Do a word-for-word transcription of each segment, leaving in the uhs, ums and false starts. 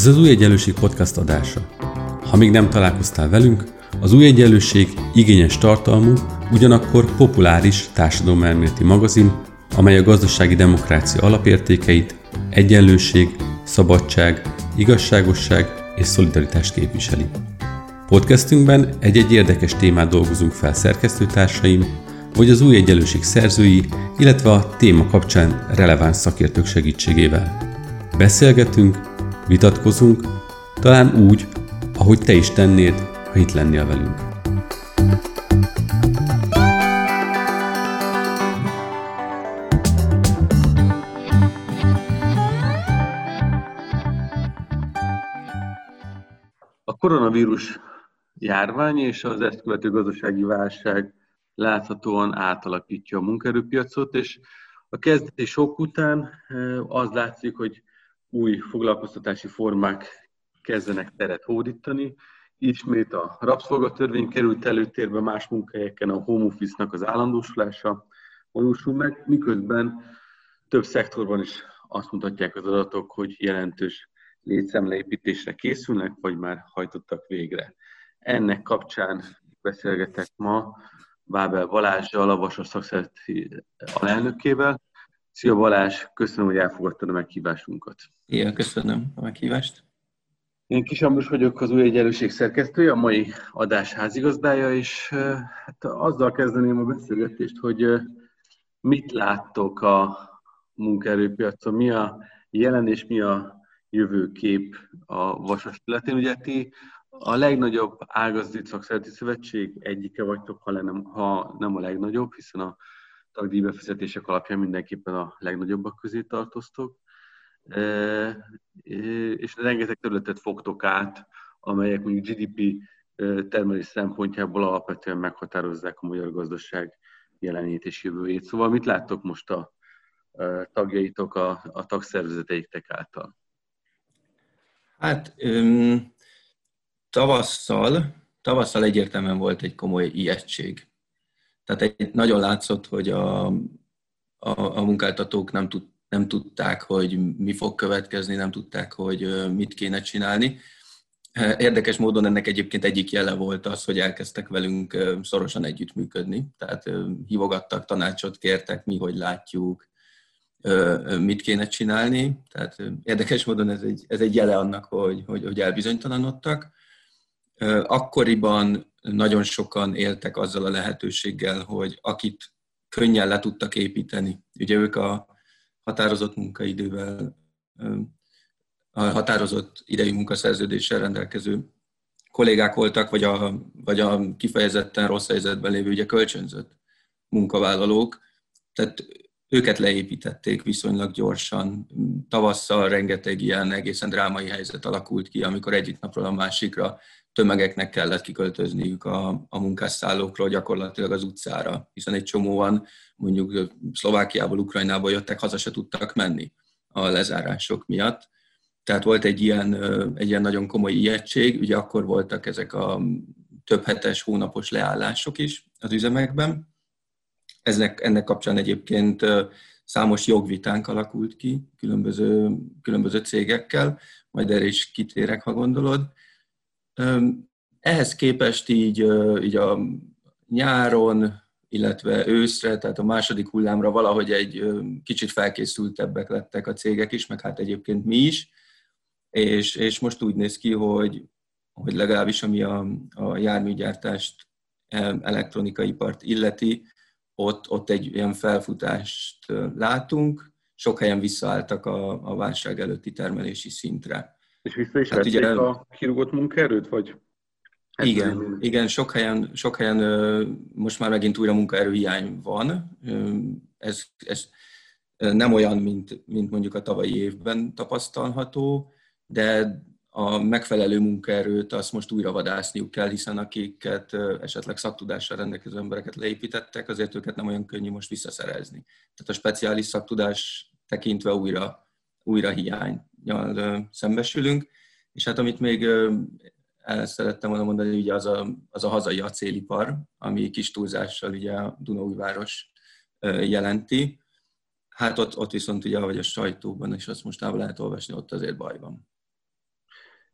Ez az Új Egyenlőség podcast adása. Ha még nem találkoztál velünk, az Új Egyenlőség igényes tartalmú, ugyanakkor populáris társadalomelméleti magazin, amely a gazdasági demokrácia alapértékeit, egyenlőség, szabadság, igazságosság és szolidaritást képviseli. Podcastünkben egy-egy érdekes témát dolgozunk fel szerkesztőtársaim, vagy az Új Egyenlőség szerzői, illetve a téma kapcsán releváns szakértők segítségével. Beszélgetünk, vitatkozunk, talán úgy, ahogy te is tennéd, ha itt lennél velünk. A koronavírus járvány és az ezt követő gazdasági válság láthatóan átalakítja a munkaerőpiacot, és a kezdeti sok után az látszik, hogy új foglalkoztatási formák kezdenek teret hódítani. Ismét a rabszolgatörvény került előtérbe, más munkahelyeken a home office-nak az állandósulása valósul meg, miközben több szektorban is azt mutatják az adatok, hogy jelentős létszámleépítésre készülnek, vagy már hajtottak végre. Ennek kapcsán beszélgetek ma Bábel Balázssal, a Vasas szakszervezeti alelnökével. Szia Balázs, köszönöm, hogy elfogadtad a meghívásunkat. Igen, köszönöm a meghívást. Én Kis Ambrus vagyok, az Új Egyenlőség szerkesztője, a mai adás házigazdája, és hát azzal kezdeném a beszélgetést, hogy mit láttok a munkaerőpiacon, mi a jelen és mi a jövőkép a Vasas területén. Ugye ti a legnagyobb ágazati szakszervezeti szövetség egyike vagytok, ha nem, ha nem a legnagyobb, hiszen a tagdíjbefizetések alapján mindenképpen a legnagyobbak közé tartoztok, és rengeteg területet fogtok át, amelyek mondjuk gé dé pé termelés szempontjából alapvetően meghatározzák a magyar gazdaság jelenét és jövőjét. Szóval mit láttok most a tagjaitok, a, a tagszervezeteitek által? Hát öm, tavasszal, tavasszal egyértelműen volt egy komoly ijegység. Tehát egy, nagyon látszott, hogy a, a, a munkáltatók nem, tud, nem tudták, hogy mi fog következni, nem tudták, hogy mit kéne csinálni. Érdekes módon ennek egyébként egyik jele volt az, hogy elkezdtek velünk szorosan együttműködni. Tehát hívogattak, tanácsot kértek, mi hogy látjuk, mit kéne csinálni. Tehát érdekes módon ez egy, ez egy jele annak, hogy, hogy, hogy elbizonytalanodtak. Akkoriban nagyon sokan éltek azzal a lehetőséggel, hogy akit könnyen le tudtak építeni. Ugye ők a határozott munkaidővel, a határozott idejű munkaszerződéssel rendelkező kollégák voltak, vagy a, vagy a kifejezetten rossz helyzetben lévő ugye kölcsönzött munkavállalók. Tehát őket leépítették viszonylag gyorsan. Tavasszal rengeteg ilyen egészen drámai helyzet alakult ki, amikor egyik napról a másikra tömegeknek kellett kiköltözniük a, a munkásszállókról gyakorlatilag az utcára, hiszen egy csomóan mondjuk Szlovákiából, Ukrajnából jöttek, haza se tudtak menni a lezárások miatt. Tehát volt egy ilyen, egy ilyen nagyon komoly ijegység, ugye akkor voltak ezek a több hetes, hónapos leállások is az üzemekben. Eznek, ennek kapcsán egyébként számos jogvitánk alakult ki különböző, különböző cégekkel, majd erre is kitérek, ha gondolod. Ehhez képest így, így a nyáron, illetve őszre, tehát a második hullámra valahogy egy kicsit felkészültebbek lettek a cégek is, meg hát egyébként mi is, és, és most úgy néz ki, hogy, hogy legalábbis ami a, a járműgyártást, elektronikai ipart illeti, ott, ott egy ilyen felfutást látunk, sok helyen visszaálltak a, a válság előtti termelési szintre. És vissza is hát vették ugye, a kirúgott munkaerőt, vagy? Igen, igen sok, helyen, sok helyen most már megint újra munkaerőhiány van. Ez, ez nem olyan, mint, mint mondjuk a tavalyi évben tapasztalható, de a megfelelő munkaerőt azt most újra vadászniuk kell, hiszen akiket esetleg szaktudással rendelkező embereket leépítettek, azért őket nem olyan könnyű most visszaszerezni. Tehát a speciális szaktudás tekintve újra, újra hiánnyal szembesülünk. És hát amit még el szerettem volna mondani, ugye az a, az a hazai acélipar, ami kis túlzással ugye a Dunaújváros jelenti. Hát ott, ott viszont ugye, ahogy a sajtóban, és azt most lehet olvasni, ott azért baj van.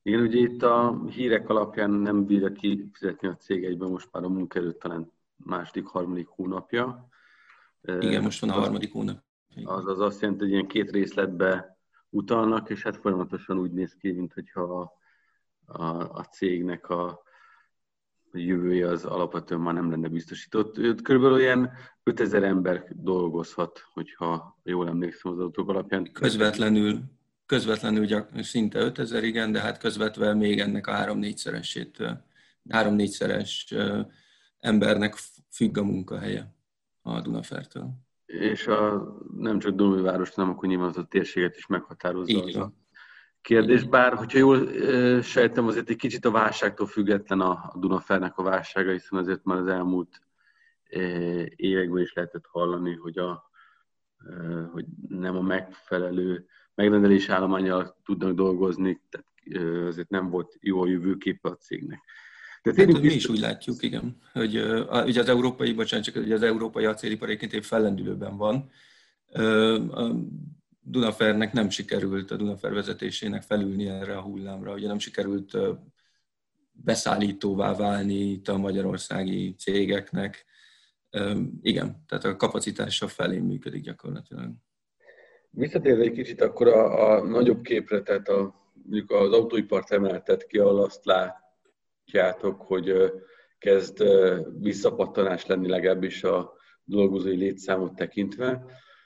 Igen, ugye itt a hírek alapján nem bírja kifizetni a cég egyben most már a munkaerőt talán második, harmadik hónapja. Igen, most van a harmadik hónap. Az az azt jelenti, hogy ilyen két részletbe utalnak, és hát folyamatosan úgy néz ki, mintha a, a, a cégnek a jövője az alapvetően már nem lenne biztosított. Körülbelül olyan ötezer ember dolgozhat, hogyha jól emlékszem az adatok alapján. Közvetlenül, közvetlenül gyak, szinte ötezer, igen, de hát közvetve még ennek a három-négyszeresét, három-négyszeres embernek függ a munkahelye a Dunafertől. És a, nem csak Dunaújvárost, hanem akkor nyilván az a térséget is meghatározza. Így van. Kérdés, bár, hogyha jól e, sejtem, azért egy kicsit a válságtól független a, a Dunafernek a válsága, hiszen azért már az elmúlt e, években is lehetett hallani, hogy, a, e, hogy nem a megfelelő megrendelési állománnyal tudnak dolgozni, tehát e, azért nem volt jó a jövőképe a cégnek. Tehát hát, mi is úgy látjuk, igen, hogy uh, ugye az európai, bocsánat, csak ugye az európai acélipar egyébként épp fellendülőben van. Uh, a Dunafernek nem sikerült, a Dunafer vezetésének felülni erre a hullámra, ugye nem sikerült uh, beszállítóvá válni itt a magyarországi cégeknek. Uh, igen, tehát a kapacitása felé működik gyakorlatilag. Visszatérve egy kicsit akkor a, a nagyobb képre, tehát a, mondjuk az autóipart emeltet ki, ahol azt látjátok, hogy kezd visszapattanás lenni legalábbis a dolgozói létszámot tekintve.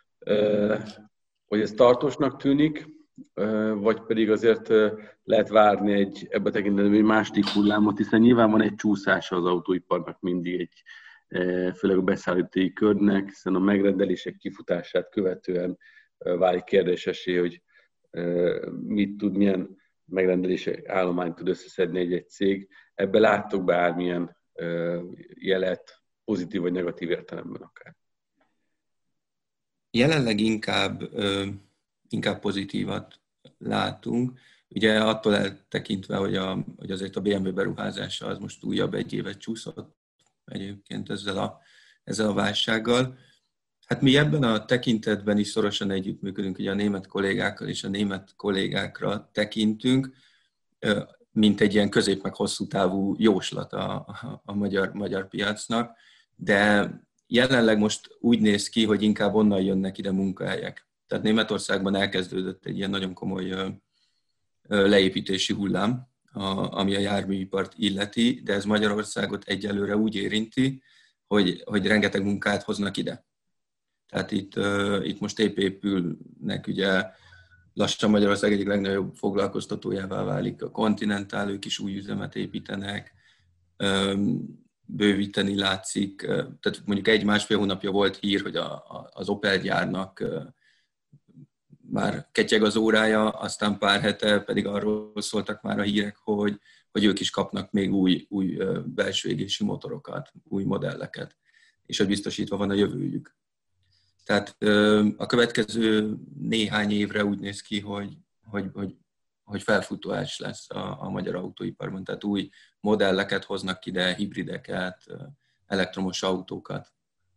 Hogy ez tartósnak tűnik, vagy pedig azért lehet várni egy ebbe tekintetben egy második hullámot, hiszen nyilván van egy csúszása az autóiparnak mindig, egy, főleg a beszállítói körnek, hiszen a megrendelések kifutását követően válik kérdésessé, hogy mit tud, milyen megrendelési állományt tud összeszedni egy-egy cég. Ebben láttok bármilyen jelet, pozitív vagy negatív értelemben akár? Jelenleg inkább, inkább pozitívat látunk. Ugye attól eltekintve, hogy, a, hogy azért a bé em vé beruházása az most újabb egy évet csúszott egyébként ezzel a, ezzel a válsággal. Hát mi ebben a tekintetben is szorosan együttműködünk, ugye a német kollégákkal, és a német kollégákra tekintünk, mint egy ilyen közép- meg hosszú távú jóslat a, a, a magyar, magyar piacnak, de jelenleg most úgy néz ki, hogy inkább onnan jönnek ide munkahelyek. Tehát Németországban elkezdődött egy ilyen nagyon komoly leépítési hullám, ami a járműipart illeti, de ez Magyarországot egyelőre úgy érinti, hogy, hogy rengeteg munkát hoznak ide. Tehát itt, uh, itt most épp épülnek, ugye lassan Magyarország egyik legnagyobb foglalkoztatójává válik a Continental, ők is új üzemet építenek, um, bővíteni látszik. Uh, tehát mondjuk egy-másfél hónapja volt hír, hogy a, a, az Opel gyárnak uh, már ketyeg az órája, aztán pár hete pedig arról szóltak már a hírek, hogy, hogy ők is kapnak még új, új uh, belső égési motorokat, új modelleket, és hogy biztosítva van a jövőjük. Tehát a következő néhány évre úgy néz ki, hogy, hogy, hogy, hogy felfutás lesz a, a magyar autóiparban. Tehát új modelleket hoznak ide, hibrideket, elektromos autókat.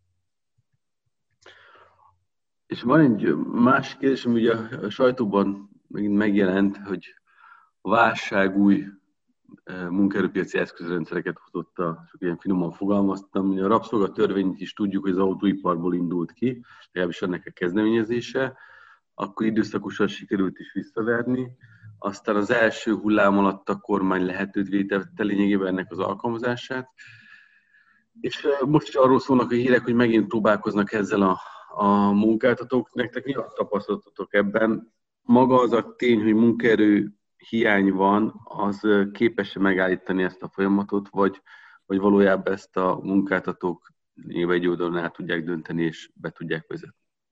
És van egy másik kérdés, ami ugye a sajtóban megjelent, hogy a válság új munkaerőpiaci eszközrendszereket hozott, a, csak ilyen finoman fogalmaztam, a rabszolgatörvényt is tudjuk, hogy az autóiparból indult ki, legalábbis ennek a kezdeményezése, akkor időszakosan sikerült is visszaverni, aztán az első hullám alatt a kormány lehetővé tette lényegében ennek az alkalmazását, és most is arról szólnak a hírek, hogy megint próbálkoznak ezzel a, a munkáltatók. Nektek mi a tapasztalatotok ebben? Maga az a tény, hogy munkaerő hiány van, az képes-e megállítani ezt a folyamatot, vagy, vagy valójában ezt a munkáltatók egy oldalon el tudják dönteni, és be tudják vezetni?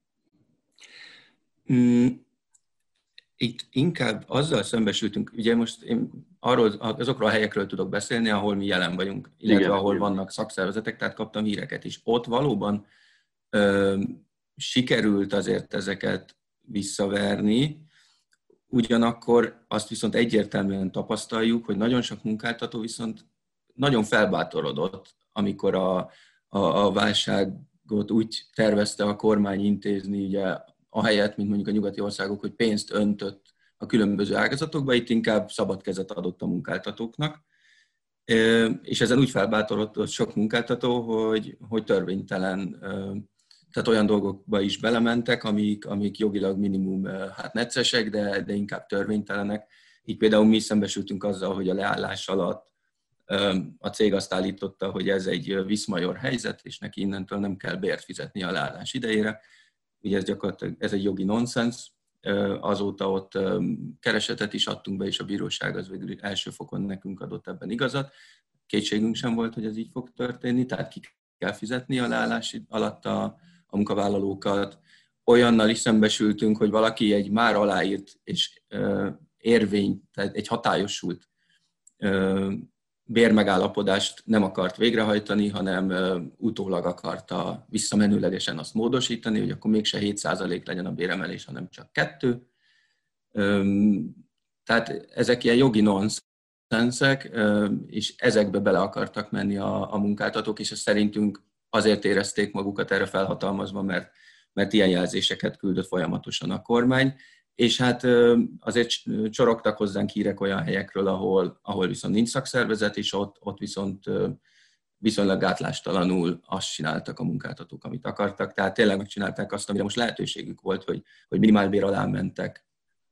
Mm, itt inkább azzal szembesültünk, ugye most én arról, azokról a helyekről tudok beszélni, ahol mi jelen vagyunk, illetve igen, ahol igen. vannak szakszervezetek, tehát kaptam híreket is. Ott valóban ö, sikerült azért ezeket visszaverni, ugyanakkor azt viszont egyértelműen tapasztaljuk, hogy nagyon sok munkáltató viszont nagyon felbátorodott, amikor a, a, a válságot úgy tervezte a kormány intézni, ugye ahelyett, mint mondjuk a nyugati országok, hogy pénzt öntött a különböző ágazatokba, itt inkább szabad kezet adott a munkáltatóknak, és ezen úgy felbátorodott sok munkáltató, hogy, hogy törvénytelen, tehát olyan dolgokba is belementek, amik, amik jogilag minimum hát neccesek, de, de inkább törvénytelenek. Így például mi szembesültünk azzal, hogy a leállás alatt a cég azt állította, hogy ez egy viszmajor helyzet, és neki innentől nem kell bért fizetni a leállás idejére. Ugye ez gyakorlatilag ez egy jogi nonsens. Azóta ott keresetet is adtunk be, és a bíróság az végül első fokon nekünk adott ebben igazat. Kétségünk sem volt, hogy ez így fog történni, tehát ki kell fizetni a leállás alatt a, a munkavállalókat. Olyannal is szembesültünk, hogy valaki egy már aláírt és érvény, tehát egy hatályosult bérmegállapodást nem akart végrehajtani, hanem utólag akarta visszamenőlegesen azt módosítani, hogy akkor mégse hét százalék legyen a béremelés, hanem csak kettő. Tehát ezek ilyen jogi nonsensek, és ezekbe bele akartak menni a, a munkáltatók, és ezt szerintünk azért érezték magukat erre felhatalmazva, mert, mert ilyen jelzéseket küldött folyamatosan a kormány. És hát azért csorogtak hozzánk hírek olyan helyekről, ahol, ahol viszont nincs szakszervezet, és ott, ott viszont viszonylag gátlástalanul azt csináltak a munkáltatók, amit akartak. Tehát tényleg megcsinálták azt, amire most lehetőségük volt, hogy, hogy minimálbér alá mentek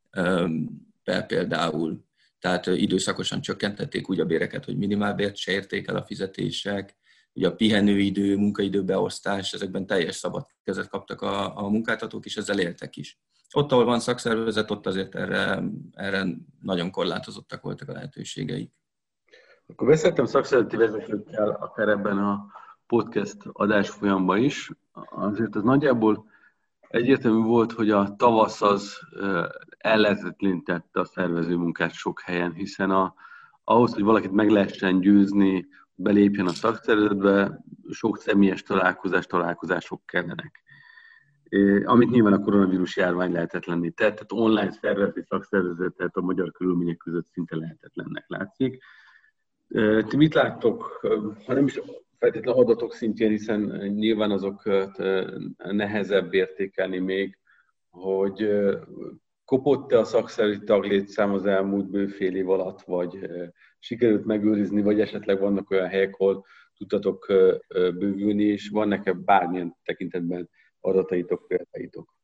például. Tehát időszakosan csökkentették úgy a béreket, hogy minimálbért se érték el a fizetések. Ugye a pihenőidő, munkaidőbeosztás, ezekben teljes szabad kezet kaptak a, a munkáltatók, és ezzel éltek is. Ott, ahol van szakszervezet, ott azért erre, erre nagyon korlátozottak voltak a lehetőségeik. Akkor beszéltem szakszervezeti vezetőkkel akár ebben a podcast adás folyamban is. Azért az nagyjából egyértelmű volt, hogy a tavasz az ellehetetlenítette a szervező munkát sok helyen, hiszen a, ahhoz, hogy valakit meg lehessen győzni, belépjen a szakszervezetbe, sok személyes találkozás, találkozások kellenek. Amit nyilván a koronavírus járvány lehetetlenné tett, tehát online szervezni szakszervezetet a magyar körülmények között szinte lehetetlennek látszik. Ti mit láttok, ha nem is feltétlenül adatok szintjén, hiszen nyilván azokat nehezebb értékelni még, hogy kopott-e a szakszervezeti taglétszám az elmúlt bőfél év alatt, vagy sikerült megőrizni, vagy esetleg vannak olyan helyek, ahol tudtatok bővülni, és van-e bármilyen tekintetben adataitok, példaitok?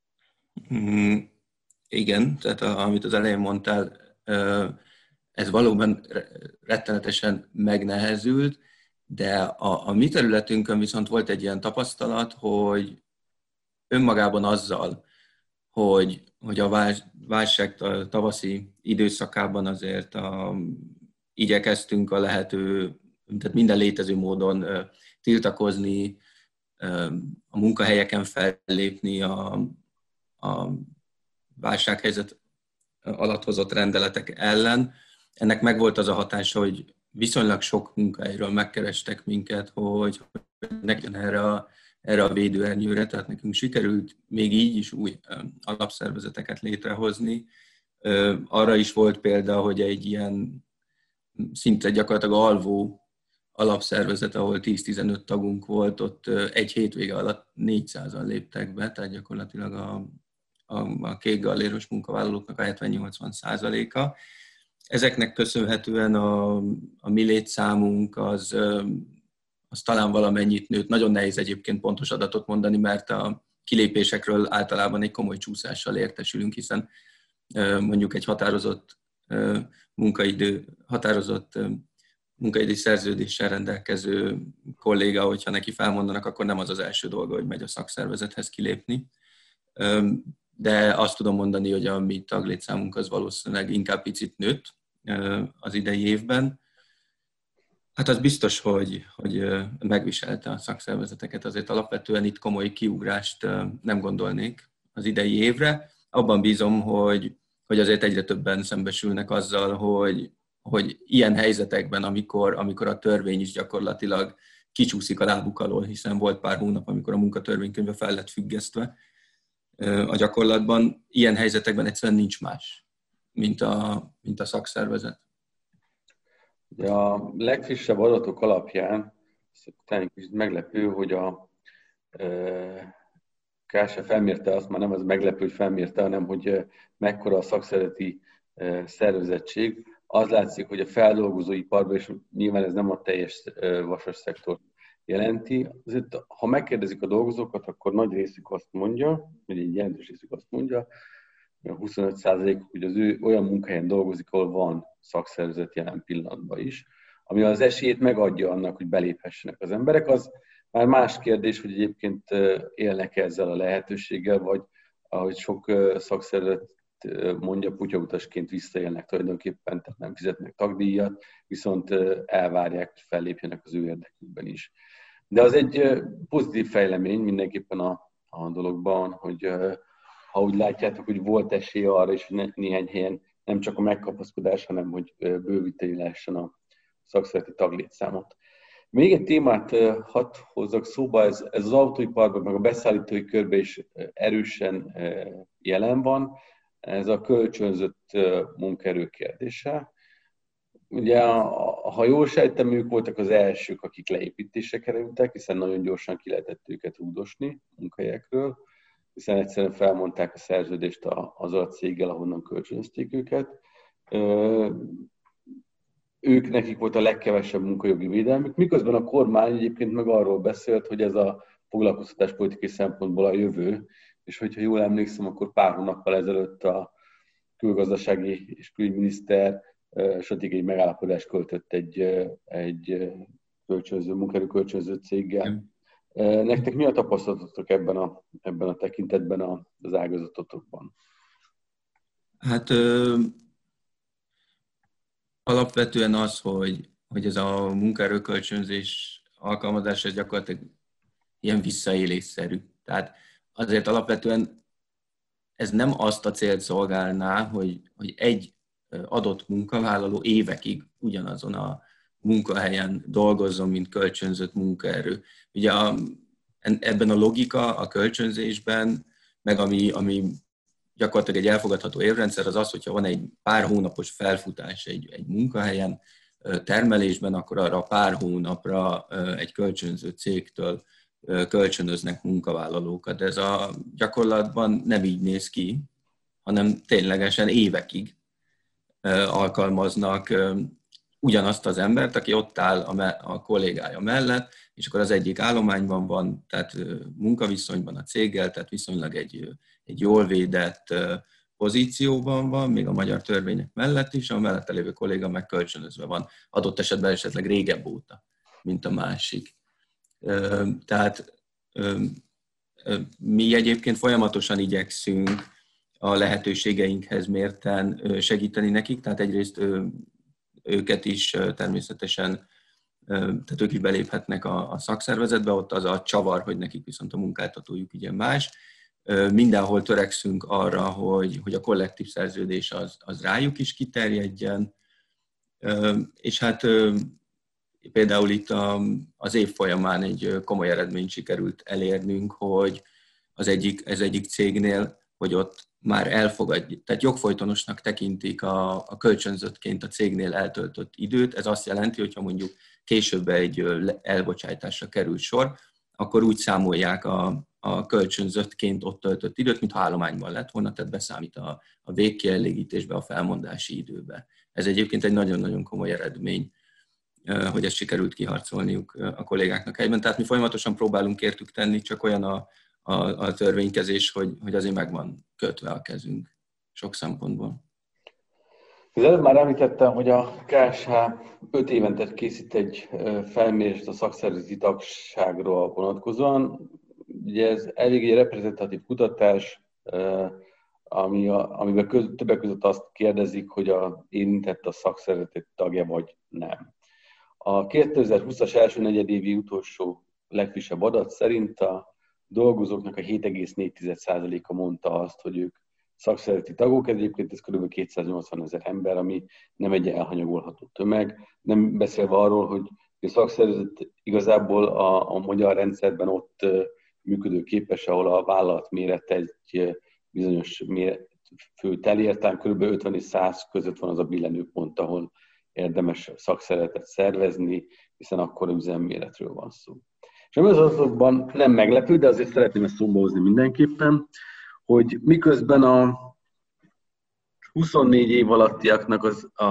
Mm, igen, tehát amit az elején mondtál, ez valóban rettenetesen megnehezült, de a, a mi területünkön viszont volt egy ilyen tapasztalat, hogy önmagában azzal, hogy, hogy a válság tavaszi időszakában azért a, igyekeztünk a lehető, tehát minden létező módon tiltakozni, a munkahelyeken fellépni, a, a válsághelyzet alatt hozott rendeletek ellen. Ennek megvolt az a hatása, hogy viszonylag sok munkahelyről megkerestek minket, hogy nekünk erre a, erre a védőernyőre, tehát nekünk sikerült még így is új alapszervezeteket létrehozni. Arra is volt példa, hogy egy ilyen szinte gyakorlatilag alvó alapszervezet, ahol tíz-tizenöt tagunk volt, ott egy hétvége alatt négyszázan léptek be, tehát gyakorlatilag a, a, a kék galléros munkavállalóknak a hetven-nyolcvan százaléka. Ezeknek köszönhetően a, a mi létszámunk az, az talán valamennyit nőtt. Nagyon nehéz egyébként pontos adatot mondani, mert a kilépésekről általában egy komoly csúszással értesülünk, hiszen mondjuk egy határozott munkaidő, határozott munkaidő szerződéssel rendelkező kolléga, hogyha neki felmondanak, akkor nem az az első dolga, hogy megy a szakszervezethez kilépni. De azt tudom mondani, hogy a mi taglétszámunk az valószínűleg inkább picit nőtt az idei évben. Hát az biztos, hogy, hogy megviselte a szakszervezeteket, azért alapvetően itt komoly kiugrást nem gondolnék az idei évre. Abban bízom, hogy, hogy azért egyre többen szembesülnek azzal, hogy, hogy ilyen helyzetekben, amikor, amikor a törvény is gyakorlatilag kicsúszik a lábuk alól, hiszen volt pár hónap, amikor a munkatörvénykönyve fel lett függesztve a gyakorlatban, ilyen helyzetekben egyszerűen nincs más, mint a, mint a szakszervezet. A legfrissebb adatok alapján talán kicsit meglepő, hogy a, ká es há felmérte, azt már nem az meglepő, hogy felmérte, hanem hogy mekkora a szakszervezeti szervezettség. Az látszik, hogy a feldolgozóiparban, és nyilván ez nem a teljes vasas szektor jelenti, azért, ha megkérdezik a dolgozókat, akkor nagy részük azt mondja, vagy egy jelentős részük azt mondja, hogy a huszonöt százalék, hogy az ő olyan munkahelyen dolgozik, ahol van szakszervezet jelen pillanatban is, ami az esélyét megadja annak, hogy beléphessenek az emberek. Az már más kérdés, hogy egyébként élnek ezzel a lehetőséggel, vagy ahogy sok szakszervezet mondja, kutyautasként visszaélnek tulajdonképpen, tehát nem fizetnek tagdíjat, viszont elvárják, hogy fellépjenek az ő érdekükben is. De az egy pozitív fejlemény mindenképpen a, a dologban, hogy ha úgy látjátok, hogy volt esély arra is, hogy néhány helyen nem csak a megkapaszkodás, hanem hogy bővíteni lehessen a szakszervezeti taglétszámot. Még egy témát hadd hozzak szóba, ez, ez az autóiparban, meg a beszállítói körben is erősen jelen van, ez a kölcsönzött munkaerő kérdése. Ugye, ha jól sejtem, ők voltak az elsők, akik leépítésre kerültek, hiszen nagyon gyorsan ki lehetett őket rúgdosni munkahelyekről, hiszen egyszerűen felmondták a szerződést azzal a céggel, ahonnan kölcsönözték őket. Ők nekik volt a legkevesebb munkajogi védelmük, miközben a kormány egyébként meg arról beszélt, hogy ez a foglalkoztatáspolitikai szempontból a jövő, és hogyha jól emlékszem, akkor pár hónappal ezelőtt a külgazdasági és külügyminiszter stratégiai megállapodást kötött egy, egy kölcsönző, munkaerő kölcsönző céggel. Nektek mi a tapasztalatotok ebben a, ebben a tekintetben az ágazatotokban? Hát ö, alapvetően az, hogy, hogy ez a munkaerőkölcsönzés alkalmazása gyakorlatilag ilyen visszaélésszerű. Tehát azért alapvetően ez nem azt a célt szolgálná, hogy, hogy egy adott munkavállaló évekig ugyanazon a munkahelyen dolgozzon, mint kölcsönzött munkaerő. Ugye a, ebben a logika a kölcsönzésben, meg ami, ami gyakorlatilag egy elfogadható érrendszer, az az, hogyha van egy pár hónapos felfutás egy, egy munkahelyen, termelésben, akkor arra pár hónapra egy kölcsönző cégtől kölcsönöznek munkavállalókat. De ez a gyakorlatban nem így néz ki, hanem ténylegesen évekig alkalmaznak ugyanazt az embert, aki ott áll a, me- a kollégája mellett, és akkor az egyik állományban van, tehát munkaviszonyban a céggel, tehát viszonylag egy, egy jól védett pozícióban van, még a magyar törvények mellett is, a mellette lévő kolléga meg kölcsönözve van, adott esetben esetleg régebb óta, mint a másik. Tehát mi egyébként folyamatosan igyekszünk a lehetőségeinkhez mérten segíteni nekik, tehát egyrészt őket is természetesen, tehát ők is beléphetnek a, a szakszervezetbe, ott az a csavar, hogy nekik viszont a munkáltatójuk ugye más. Mindenhol törekszünk arra, hogy, hogy a kollektív szerződés az, az rájuk is kiterjedjen, és hát például itt az év folyamán egy komoly eredményt sikerült elérnünk, hogy az egyik, ez egyik cégnél, hogy ott már elfogadjuk, tehát jogfolytonosnak tekintik a, a kölcsönzöttként a cégnél eltöltött időt. Ez azt jelenti, hogyha mondjuk később egy elbocsátásra kerül sor, akkor úgy számolják a, a kölcsönzöttként ott töltött időt, mintha állományban lett volna, tehát beszámít a, a végkielégítésbe, a felmondási időbe. Ez egyébként egy nagyon-nagyon komoly eredmény, hogy ezt sikerült kiharcolniuk a kollégáknak helyben. Tehát mi folyamatosan próbálunk értük tenni, csak olyan a, a, a törvénykezés, hogy, hogy azért meg van kötve a kezünk sok szempontból. Az előbb már említettem, hogy a ká es há öt évente készít egy felmérést a szakszervezeti tagságról vonatkozóan. Ugye ez elég egy reprezentatív kutatás, ami a, amiben köz, többek között azt kérdezik, hogy a érintett a szakszervezeti tagja vagy nem. A kétezer-húszas első negyedévi utolsó legfrissebb adat szerint a dolgozóknak a hét egész négy százaléka mondta azt, hogy ők szakszervezeti tagok, egyébként ez kb. kétszáznyolcvanezer ember, ami nem egy elhanyagolható tömeg. Nem beszélve arról, hogy a szakszervezet igazából a, a magyar rendszerben ott működőképes, ahol a vállalat méret egy bizonyos méretfőt elér, talán kb. ötven és száz között van az a billenőpont, ahol érdemes szakszervezetet szervezni, hiszen akkor üzemméretről van szó. És ami az adatokban nem meglepő, de azért szeretném ezt szóba hozni mindenképpen, hogy miközben a huszonnégy év alattiaknak az a,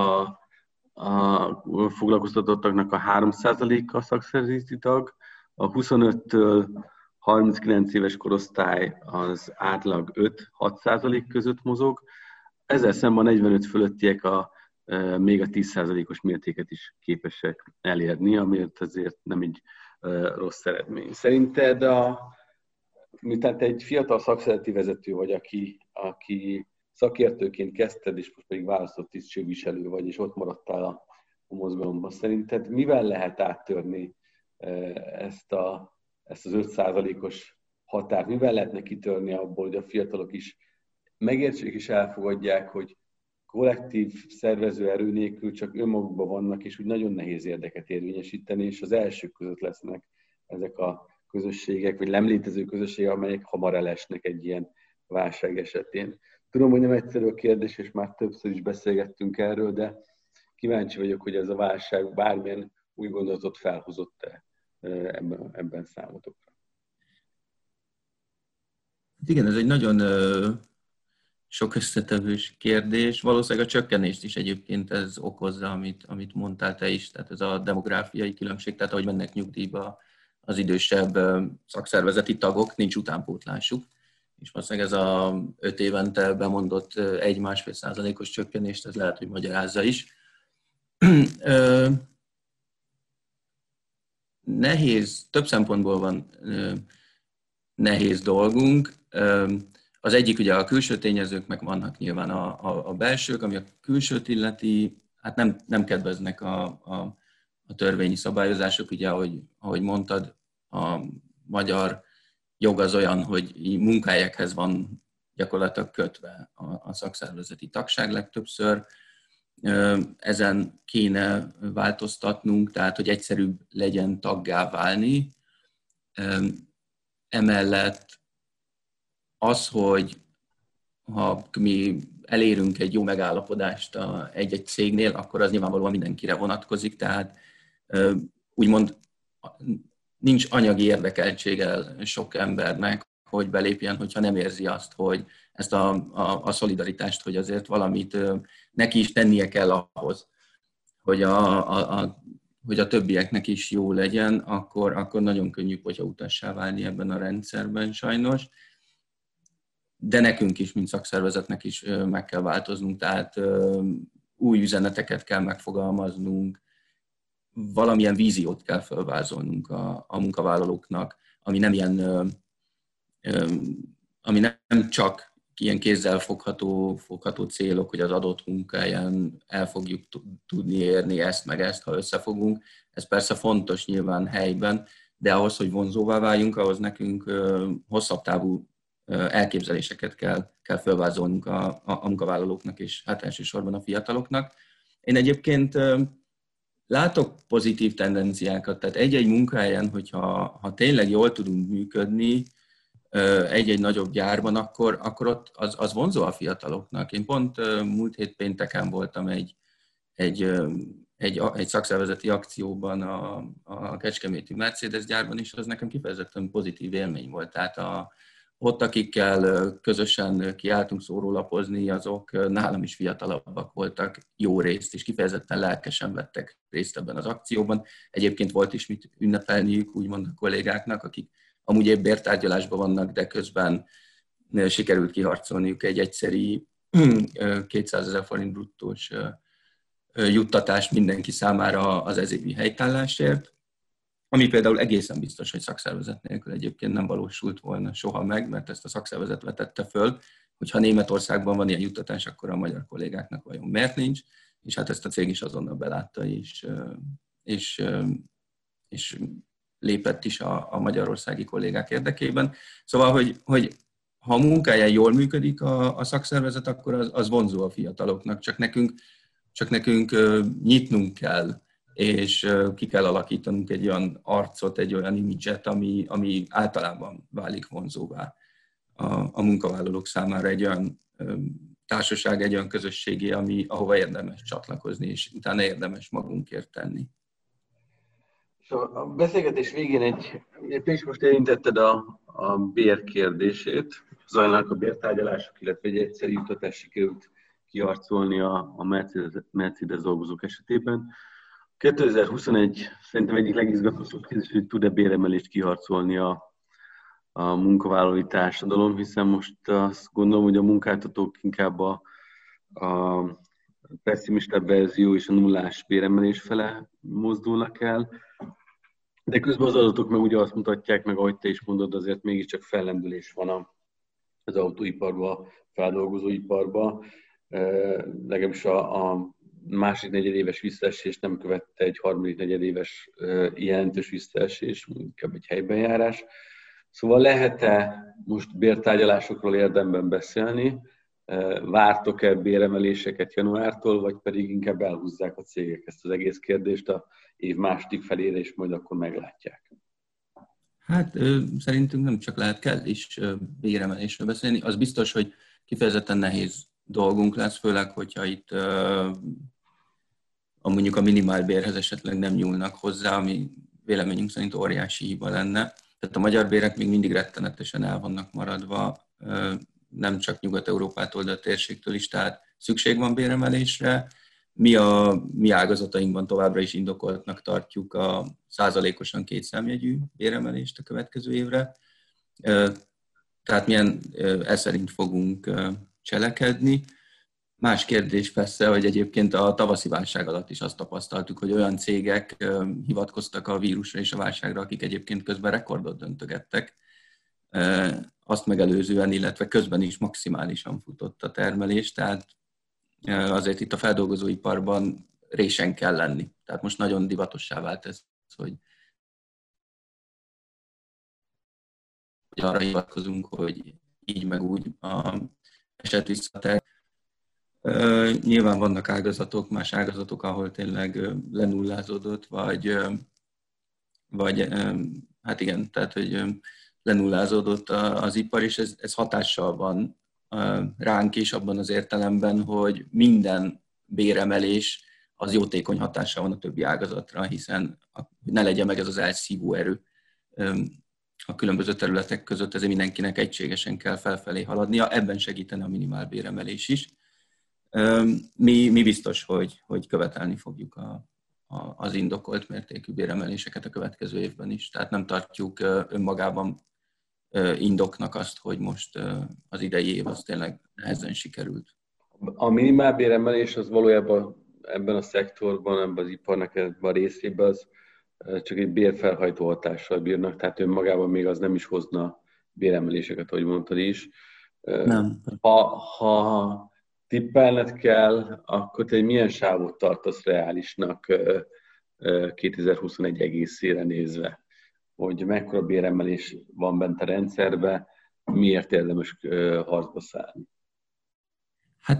a foglalkoztatottaknak a három százaléka szakszervezeti tag, a huszonöttől harminckilenc éves korosztály az átlag öt-hat százalék között mozog, ezzel szemben a negyvenöt fölöttiek a, e, még a tíz százalékos mértéket is képesek elérni, amiért azért nem egy e, rossz eredmény. Szerinted, a, tehát egy fiatal szakszervezeti vezető vagy, aki, aki szakértőként kezdted, és most pedig választott tisztségviselő vagy, és ott maradtál a, a mozgalomban, szerinted mivel lehet áttörni e, ezt, a, ezt az öt százalékos határt, mivel lehetne kitörni abból, hogy a fiatalok is megértsék és elfogadják, hogy kollektív szervező erő nélkül csak önmagukban vannak, és úgy nagyon nehéz érdeket érvényesíteni, és az elsők között lesznek ezek a közösségek, vagy nem létező közösségek, amelyek hamar elesnek egy ilyen válság esetén. Tudom, hogy nem egyszerű a kérdés, és már többször is beszélgettünk erről, de kíváncsi vagyok, hogy ez a válság bármilyen új gondolatot felhozott-e ebben, ebben számotokra. Igen, ez egy nagyon sok összetevős kérdés. Valószínűleg a csökkenést is egyébként ez okozza, amit, amit mondtál te is, tehát ez a demográfiai különbség, tehát ahogy mennek nyugdíjba az idősebb szakszervezeti tagok, nincs utánpótlásuk, és valószínűleg ez a öt évente bemondott egy-másfél százalékos csökkenést, ez lehet, hogy magyarázza is. Nehéz, több szempontból van nehéz dolgunk. Az egyik ugye a külső tényezők, meg vannak nyilván a, a, a belsők, ami a külsőt illeti, hát nem, nem kedveznek a, a, a törvényi szabályozások, ugye ahogy, ahogy mondtad, a magyar jog az olyan, hogy munkahelyekhez van gyakorlatilag kötve a, a szakszervezeti tagság legtöbbször. Ezen kéne változtatnunk, tehát hogy egyszerűbb legyen taggá válni. Emellett az, hogy ha mi elérünk egy jó megállapodást egy-egy cégnél, akkor az nyilvánvalóan mindenkire vonatkozik, tehát úgymond nincs anyagi érdekeltsége sok embernek, hogy belépjen, hogyha nem érzi azt, hogy ezt a, a, a szolidaritást, hogy azért valamit neki is tennie kell ahhoz, hogy a, a, a, hogy a többieknek is jó legyen, akkor, akkor nagyon könnyű potyautassá válni ebben a rendszerben sajnos. De nekünk is, mint szakszervezetnek is meg kell változnunk, tehát új üzeneteket kell megfogalmaznunk, valamilyen víziót kell felvázolnunk a, a munkavállalóknak, ami nem ilyen, ami nem csak ilyen kézzel fogható, fogható célok, hogy az adott munkahelyen el fogjuk tudni érni ezt meg ezt, ha összefogunk. Ez persze fontos nyilván helyben, de ahhoz, hogy vonzóvá váljunk, ahhoz nekünk hosszabb távú elképzeléseket kell, kell felvázolnunk a, a, a munkavállalóknak, és hát elsősorban a fiataloknak. Én egyébként látok pozitív tendenciákat, tehát egy-egy munkahelyen, hogyha ha tényleg jól tudunk működni, egy-egy nagyobb gyárban, akkor, akkor ott az, az vonzó a fiataloknak. Én pont múlt hét pénteken voltam egy, egy, egy, egy szakszervezeti akcióban a, a kecskeméti Mercedes gyárban, és az nekem kifejezetten pozitív élmény volt. Tehát a, ott, akikkel közösen kiálltunk szórólapozni, azok nálam is fiatalabbak voltak jó részt, és kifejezetten lelkesen vettek részt ebben az akcióban. Egyébként volt is mit ünnepelniük, úgymond a kollégáknak, akik amúgy épp bértárgyalásban vannak, de közben sikerült kiharcolniuk egy egyszeri kétszázezer forint bruttós juttatást mindenki számára az ezévi helytállásért, ami például egészen biztos, hogy szakszervezet nélkül egyébként nem valósult volna soha meg, mert ezt a szakszervezet vetette föl, hogy ha Németországban van ilyen juttatás, akkor a magyar kollégáknak vajon miért nincs, és hát ezt a cég is azonnal belátta, és, és, és lépett is a, a magyarországi kollégák érdekében. Szóval, hogy, hogy ha a munkáján jól működik a, a szakszervezet, akkor az, az vonzó a fiataloknak, csak nekünk, csak nekünk nyitnunk kell, és ki kell alakítanunk egy olyan arcot, egy olyan imidzset, ami, ami általában válik vonzóvá a, a munkavállalók számára, egy olyan társaság, egy olyan közösségé, ami, ahova érdemes csatlakozni, és utána érdemes magunkért tenni. A beszélgetés végén egy, te is most érintetted a, a bér kérdését, zajlanak a bértárgyalások, illetve egy egyszerű juttatást sikerült kiharcolni a, a Mercedes, Mercedes dolgozók esetében. kétezer-huszonegy szerintem egyik legizgalmasabb kérdés, hogy tud-e béremelést kiharcolni a, a munkavállalói társadalom, hiszen most azt gondolom, hogy a munkáltatók inkább a, a pessimistább verzió és a nullás béremelés fele mozdulnak el. De közben az adatok meg ugye azt mutatják, meg ahogy te is mondod, azért mégiscsak fellendülés van az autóiparban, a feldolgozóiparban. Legalábbis a, a másik negyedéves visszaesés nem követte egy harmadik negyedéves jelentős visszaesés, inkább egy helybenjárás. Szóval lehet-e most bértárgyalásokról érdemben beszélni? Vártok-e béremeléseket januártól, vagy pedig inkább elhúzzák a cégek ezt az egész kérdést a év második felére, és majd akkor meglátják? Hát szerintünk nem csak lehet, kell is béremelésről beszélni. Az biztos, hogy kifejezetten nehéz dolgunk lesz, főleg, hogyha itt a mondjuk a minimálbérhez esetleg nem nyúlnak hozzá, ami véleményünk szerint óriási hiba lenne. Tehát a magyar bérek még mindig rettenetesen el vannak maradva, nem csak Nyugat-Európától, de a térségtől is, tehát szükség van béremelésre. Mi a mi ágazatainkban továbbra is indokoltnak tartjuk a százalékosan kétszámjegyű béremelést a következő évre. Tehát milyen ez szerint fogunk cselekedni. Más kérdés persze, hogy egyébként a tavaszi válság alatt is azt tapasztaltuk, hogy olyan cégek hivatkoztak a vírusra és a válságra, akik egyébként közben rekordot döntögettek, azt megelőzően, illetve közben is maximálisan futott a termelés, tehát azért itt a feldolgozóiparban résen kell lenni. Tehát most nagyon divatossá vált ez, hogy arra hivatkozunk, hogy így meg úgy a eset visszater. Nyilván vannak ágazatok, más ágazatok, ahol tényleg lenullázódott, vagy, vagy hát igen, tehát hogy lenullázódott az ipar, és ez, ez hatással van ránk is abban az értelemben, hogy minden béremelés az jótékony hatással van a többi ágazatra, hiszen ne legyen meg ez az elszívó erő a különböző területek között, ezért mindenkinek egységesen kell felfelé haladnia, ebben segítene a minimálbéremelés is. Mi, mi biztos, hogy, hogy követelni fogjuk a, a, az indokolt mértékű béremeléseket a következő évben is. Tehát nem tartjuk önmagában indoknak azt, hogy most az idei év az tényleg nehezen sikerült. A minimálbéremelés az valójában ebben a szektorban, ebben az iparnak ebben a részében az csak egy bérfelhajtó hatással bírnak, tehát önmagában még az nem is hozna béremeléseket, ahogy mondtad is. Nem. Ha, ha tippelned kell, akkor te milyen sávot tartasz reálisnak kétezer-huszonegy egészére nézve? Hogy mekkora béremelés van bent a rendszerben, miért érdemes harcba szállni? Hát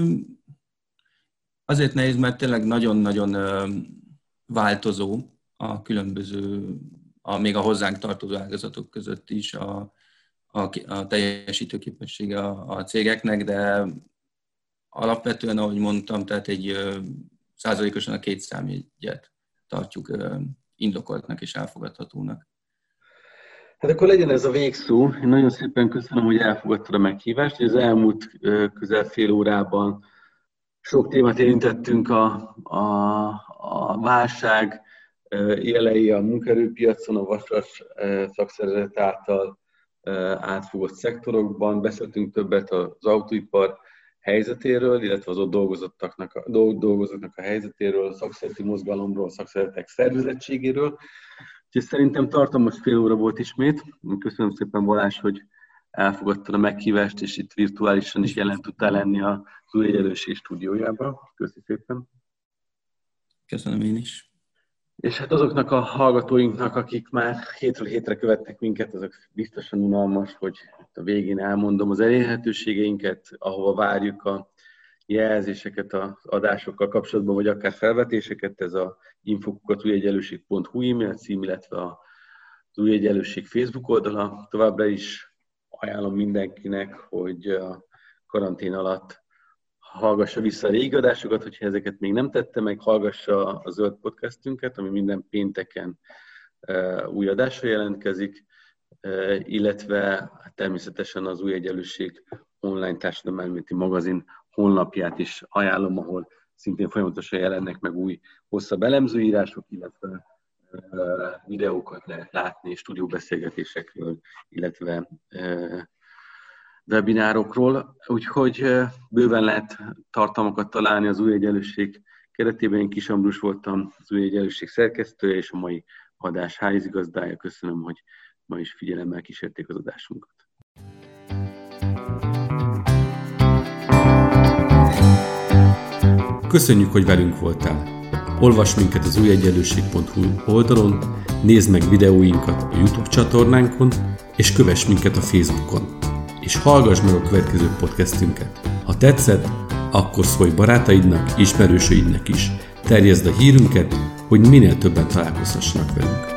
azért nehéz, mert tényleg nagyon-nagyon változó a különböző, a, még a hozzánk tartozó ágazatok között is a, a, a teljesítőképessége a, a cégeknek, de alapvetően, ahogy mondtam, tehát egy százalékosan a két számjegyet tartjuk indokoltnak és elfogadhatónak. Hát akkor legyen ez a végszó. Én nagyon szépen köszönöm, hogy elfogadtad a meghívást. Az elmúlt közel fél órában sok témát érintettünk a, a, a válság jelei a munkaerőpiacon, a vasas szakszervezet által átfogott szektorokban. Beszéltünk többet az autóipar helyzetéről, illetve az ott dolgozottaknak a, dolgozóknak a helyzetéről, a szakszervezeti mozgalomról, a szakszervezetek szervezettségéről. Úgyhogy szerintem tartalmas fél óra volt ismét. Köszönöm szépen, Balázs, hogy elfogadtad a meghívást, és itt virtuálisan is jelen tudtál lenni az Új Egyenlőség stúdiójában. Köszönöm szépen. Köszönöm én is. És hát azoknak a hallgatóinknak, akik már hétről hétre követnek minket, azok biztosan unalmas, hogy a végén elmondom az elérhetőségeinket, ahova várjuk a jelzéseket az adásokkal kapcsolatban, vagy akár felvetéseket. Ez a info kukac új egyenlőség pont hu e-mail cím, illetve az Új Egyenlőség Facebook oldala. Továbbra is ajánlom mindenkinek, hogy a karantén alatt hallgassa vissza a régi adásokat, hogyha ezeket még nem tette meg, hallgassa a Zöld podcastünket, ami minden pénteken új adásra jelentkezik, illetve természetesen az Új Egyenlőség online társadalomelméleti magazin honlapját is ajánlom, ahol szintén folyamatosan jelennek meg új hosszabb elemzőírások, illetve videókat lehet látni, stúdióbeszélgetésekről, illetve webinárokról. Úgyhogy bőven lehet tartalmakat találni az Új Egyenlőség keretében. Én Kis Ambrus voltam, az Új Egyenlőség szerkesztője, és a mai adás házigazdája. Köszönöm, hogy ma is figyelemmel kísérték az adásunkat. Köszönjük, hogy velünk voltál! Olvasd minket az új egyenlőség pont hu oldalon, nézd meg videóinkat a YouTube csatornánkon, és kövess minket a Facebookon. És hallgass meg a következő podcastünket. Ha tetszett, akkor szólj barátaidnak, ismerősöidnek is. Terjeszd a hírünket, hogy minél többen találkozhassanak velünk.